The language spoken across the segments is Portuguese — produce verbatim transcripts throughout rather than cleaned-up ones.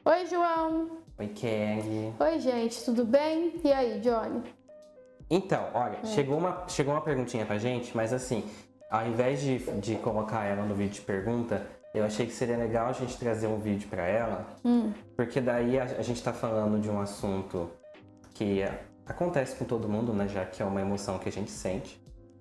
Oi, João. Oi, Kelly. Oi, gente, tudo bem? E aí, Johnny? Então, olha, Hum. chegou, uma, chegou uma perguntinha pra gente, mas assim, ao invés de, de colocar ela no vídeo de pergunta, eu achei que seria legal a gente trazer um vídeo pra ela, Hum. porque daí a, a gente tá falando de um assunto que é, acontece com todo mundo, né, já que é uma emoção que a gente sente,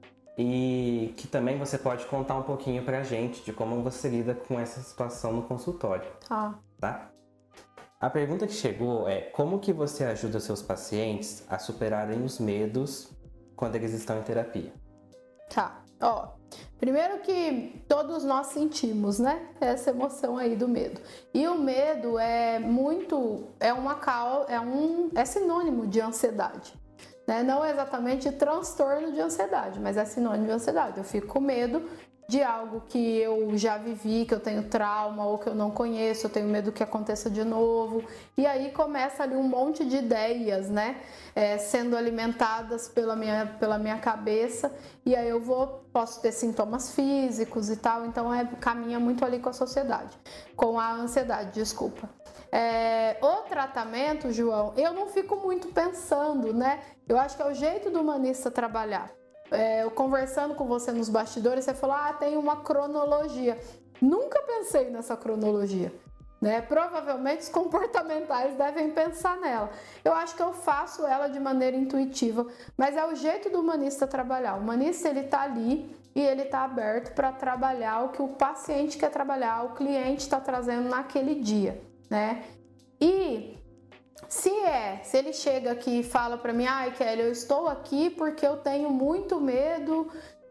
e que também você pode contar um pouquinho pra gente de como você lida com essa situação no consultório, Tá. tá? A pergunta que chegou é como que você ajuda seus pacientes a superarem os medos quando eles estão em terapia? Tá. Ó, primeiro que todos nós sentimos, né? Essa emoção aí do medo. E o medo é muito, é uma cal, é um, é sinônimo de ansiedade, né? Não exatamente transtorno de ansiedade, mas é sinônimo de ansiedade. Eu fico com medo de algo que eu já vivi, que eu tenho trauma ou que eu não conheço, eu tenho medo que aconteça de novo. E aí começa ali um monte de ideias, né? É, sendo alimentadas pela minha, pela minha cabeça. E aí eu vou, posso ter sintomas físicos e tal. Então é, caminha muito ali com a sociedade, com a ansiedade, desculpa. É, o tratamento, João, eu não fico muito pensando, né? Eu acho que é o jeito do humanista trabalhar. É, eu conversando com você nos bastidores, você falou, ah, tem uma cronologia. Nunca pensei nessa cronologia, né? Provavelmente os comportamentais devem pensar nela. Eu acho que eu faço ela de maneira intuitiva, mas é o jeito do humanista trabalhar. O humanista, ele tá ali e ele tá aberto para trabalhar o que o paciente quer trabalhar, o cliente está trazendo naquele dia, né? E se é, se ele chega aqui e fala para mim, ai, Kelly, eu estou aqui porque eu tenho muito medo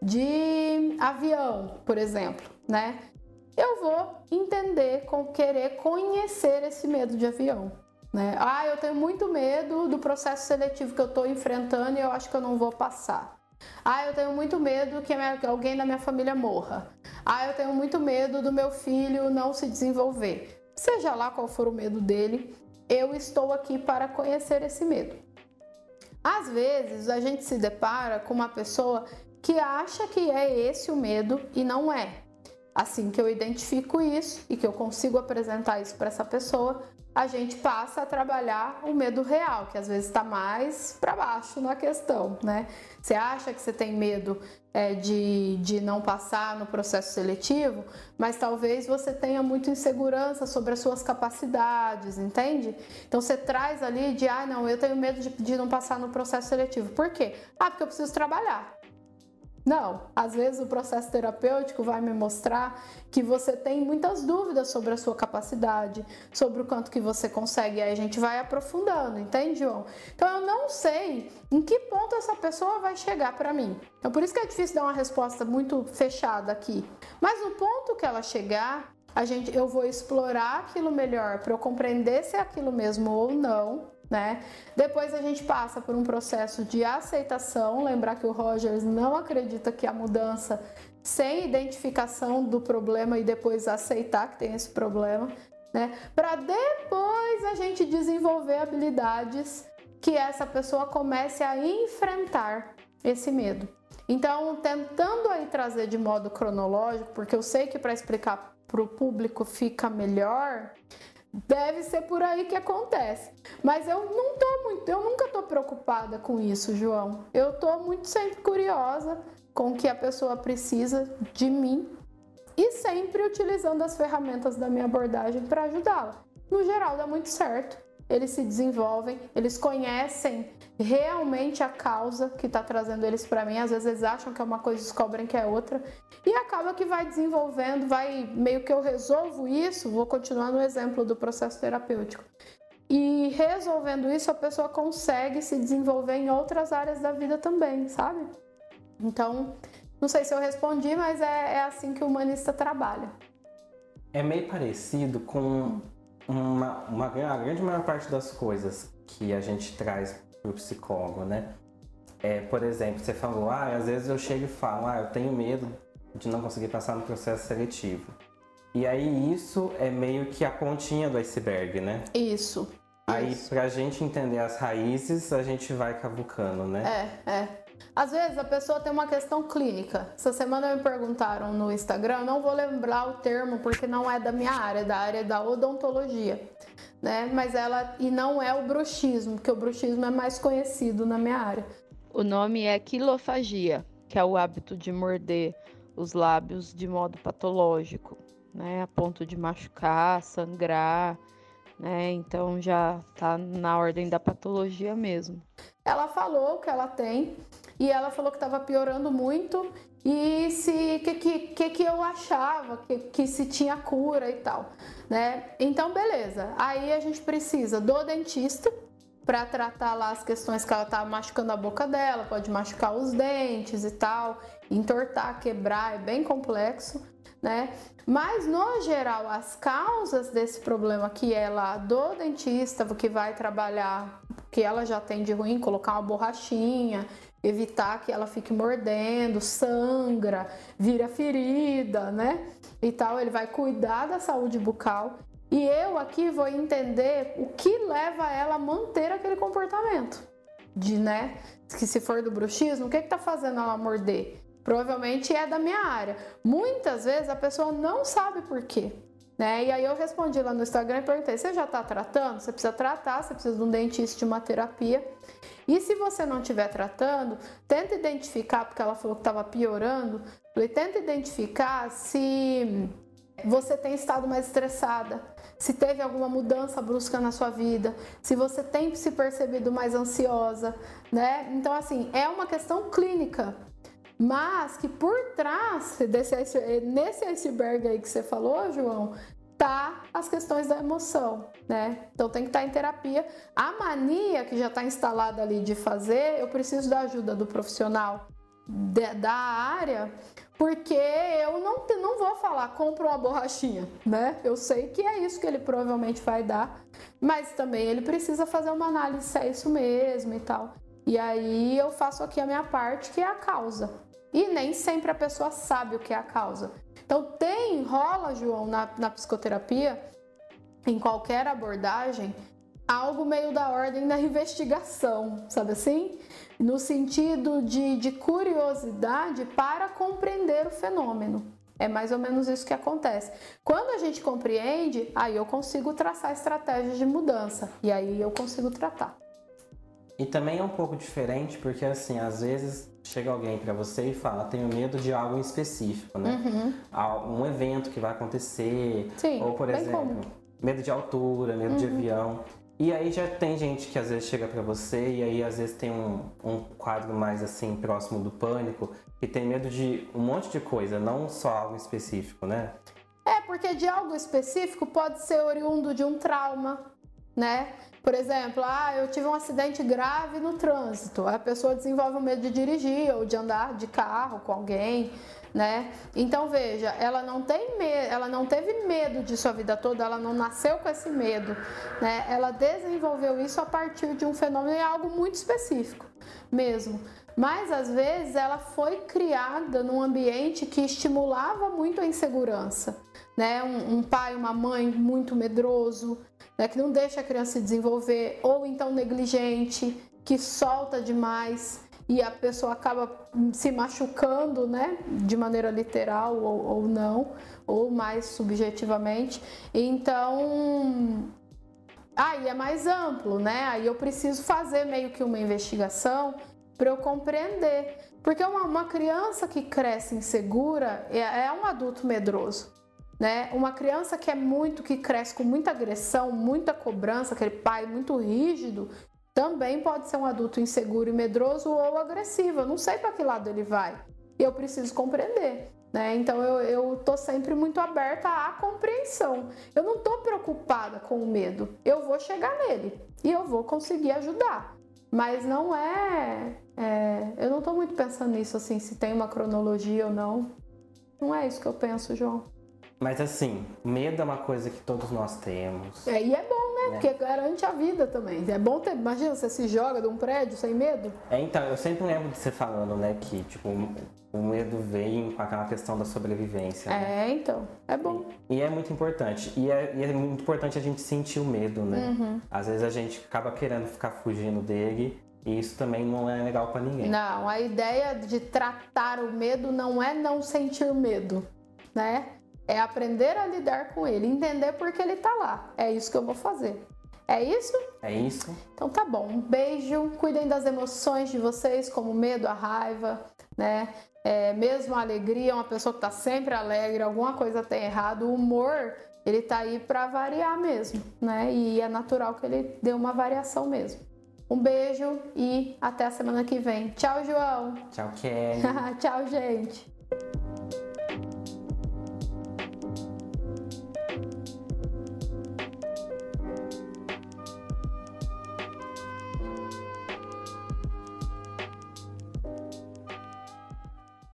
de avião, por exemplo, né? Eu vou entender, com querer conhecer esse medo de avião, né? Ah, eu tenho muito medo do processo seletivo que eu estou enfrentando e eu acho que eu não vou passar. Ah, eu tenho muito medo que alguém da minha família morra. Ah, eu tenho muito medo do meu filho não se desenvolver. Seja lá qual for o medo dele, eu estou aqui para conhecer esse medo. Às vezes a gente se depara com uma pessoa que acha que é esse o medo e não é. Assim que eu identifico isso e que eu consigo apresentar isso para essa pessoa, a gente passa a trabalhar o medo real, que às vezes está mais para baixo na questão, né? Você acha que você tem medo é, de, de não passar no processo seletivo, mas talvez você tenha muita insegurança sobre as suas capacidades, entende? Então você traz ali de, ah, não, eu tenho medo de, de não passar no processo seletivo. Por quê? Ah, porque eu preciso trabalhar. Não, às vezes o processo terapêutico vai me mostrar que você tem muitas dúvidas sobre a sua capacidade, sobre o quanto que você consegue, aí a gente vai aprofundando, entende, João? Então eu não sei em que ponto essa pessoa vai chegar para mim. Então por isso que é difícil dar uma resposta muito fechada aqui. Mas no ponto que ela chegar, a gente, eu vou explorar aquilo melhor para eu compreender se é aquilo mesmo ou não, né? Depois a gente passa por um processo de aceitação, lembrar que o Rogers não acredita que a mudança sem identificação do problema e depois aceitar que tem esse problema, né? Para depois a gente desenvolver habilidades que essa pessoa comece a enfrentar esse medo. Então, tentando aí trazer de modo cronológico, porque eu sei que para explicar para o público fica melhor, deve ser por aí que acontece. Mas eu não tô muito, eu nunca tô preocupada com isso, João. Eu tô muito sempre curiosa com o que a pessoa precisa de mim e sempre utilizando as ferramentas da minha abordagem para ajudá-la. No geral, dá muito certo. Eles se desenvolvem, eles conhecem realmente a causa que está trazendo eles para mim. Às vezes eles acham que é uma coisa e descobrem que é outra. E acaba que vai desenvolvendo, vai meio que eu resolvo isso, vou continuar no exemplo do processo terapêutico. E resolvendo isso, a pessoa consegue se desenvolver em outras áreas da vida também, sabe? Então, não sei se eu respondi, mas é, é assim que o humanista trabalha. É meio parecido com uma, uma a grande maior parte das coisas que a gente traz para o psicólogo, né? É, por exemplo, você falou, ah, às vezes eu chego e falo, ah, eu tenho medo de não conseguir passar no processo seletivo. E aí isso é meio que a pontinha do iceberg, né? Isso. Aí isso. Pra gente entender as raízes, a gente vai cavucando, né? É, é. Às vezes a pessoa tem uma questão clínica. Essa semana me perguntaram no Instagram, eu não vou lembrar o termo porque não é da minha área, é da área da odontologia, né? Mas ela, e não é o bruxismo, porque o bruxismo é mais conhecido na minha área. O nome é quilofagia, que é o hábito de morder os lábios de modo patológico, né? A ponto de machucar, sangrar, né? Então já tá na ordem da patologia mesmo. Ela falou que ela tem e ela falou que estava piorando muito e se que que, que, que eu achava que, que se tinha cura e tal, né? Então beleza. Aí a gente precisa do dentista para tratar lá as questões que ela tá machucando a boca dela, pode machucar os dentes e tal, entortar, quebrar, é bem complexo, né? Mas no geral as causas desse problema que é lá do dentista, que vai trabalhar que ela já tem de ruim, colocar uma borrachinha, evitar que ela fique mordendo, sangra, vira ferida, né? E tal, ele vai cuidar da saúde bucal. E eu aqui vou entender o que leva ela a manter aquele comportamento. De, né? Que se for do bruxismo, o que que tá fazendo ela morder? Provavelmente é da minha área. Muitas vezes a pessoa não sabe por quê, né? E aí eu respondi lá no Instagram e perguntei, você já tá tratando? Você precisa tratar, você precisa de um dentista, de uma terapia. E se você não estiver tratando, tenta identificar, porque ela falou que estava piorando, falei, tenta identificar se você tem estado mais estressada, se teve alguma mudança brusca na sua vida, se você tem se percebido mais ansiosa, né? Então, assim, é uma questão clínica, mas que por trás desse, nesse iceberg aí que você falou, João, tá as questões da emoção, né? Então tem que estar em terapia. A mania que já está instalada ali de fazer, eu preciso da ajuda do profissional de, da área, porque eu não, não vou falar, compra uma borrachinha, né? Eu sei que é isso que ele provavelmente vai dar, mas também ele precisa fazer uma análise se é isso mesmo e tal. E aí eu faço aqui a minha parte, que é a causa. E nem sempre a pessoa sabe o que é a causa. Então tem, rola, João, na, na psicoterapia, em qualquer abordagem, algo meio da ordem da investigação, sabe assim? No sentido de, de curiosidade para compreender o fenômeno. É mais ou menos isso que acontece. Quando a gente compreende, aí eu consigo traçar estratégias de mudança. E aí eu consigo tratar. E também é um pouco diferente, porque assim, às vezes chega alguém pra você e fala, tenho medo de algo em específico, né? Uhum. Um evento que vai acontecer, sim, ou por exemplo, comum. Medo de altura, medo uhum. de avião. E aí já tem gente que às vezes chega pra você e aí às vezes tem um, um quadro mais assim, próximo do pânico, que tem medo de um monte de coisa, não só algo específico, né? É, porque de algo específico pode ser oriundo de um trauma, né? Por exemplo, ah, eu tive um acidente grave no trânsito, a pessoa desenvolve o medo de dirigir ou de andar de carro com alguém, né? Então veja, ela não tem medo, ela não teve medo disso a vida toda, ela não nasceu com esse medo, né? Ela desenvolveu isso a partir de um fenômeno, é algo muito específico mesmo. Mas às vezes ela foi criada num ambiente que estimulava muito a insegurança, né? Um, um pai, uma mãe muito medroso, né? Que não deixa a criança se desenvolver, ou então negligente, que solta demais e a pessoa acaba se machucando, né? De maneira literal ou, ou não, ou mais subjetivamente. Então, aí é mais amplo, né? Aí eu preciso fazer meio que uma investigação para eu compreender, porque uma, uma criança que cresce insegura é, é um adulto medroso, né? Uma criança que é muito, que cresce com muita agressão, muita cobrança, aquele pai muito rígido, também pode ser um adulto inseguro e medroso ou agressivo. Eu não sei para que lado ele vai e eu preciso compreender, né? Então eu, eu tô sempre muito aberta à compreensão. Eu não tô preocupada com o medo, eu vou chegar nele e eu vou conseguir ajudar. Mas não é, é... Eu não tô muito pensando nisso, assim, se tem uma cronologia ou não. Não é isso que eu penso, João. Mas assim, medo é uma coisa que todos nós temos. É, e é bom, né? né? Porque garante a vida também. É bom ter... Imagina, você se joga de um prédio sem medo. É, então, eu sempre lembro de você falando, né, que, tipo, o medo vem com aquela questão da sobrevivência. Né? É, então. É bom. E, e é muito importante. E é, e é muito importante a gente sentir o medo, né? Uhum. Às vezes a gente acaba querendo ficar fugindo dele E isso também não é legal para ninguém. Não, a ideia de tratar o medo não é não sentir medo, né? É aprender a lidar com ele, entender por que ele tá lá. É isso que eu vou fazer. É isso? É isso. Então tá bom. Um beijo. Cuidem das emoções de vocês, como o medo, a raiva, né? É, mesmo a alegria, uma pessoa que tá sempre alegre, alguma coisa tem errado. O humor, ele tá aí para variar mesmo, né? E é natural que ele dê uma variação mesmo. Um beijo e até a semana que vem. Tchau, João. Tchau, Kelly. Tchau, gente.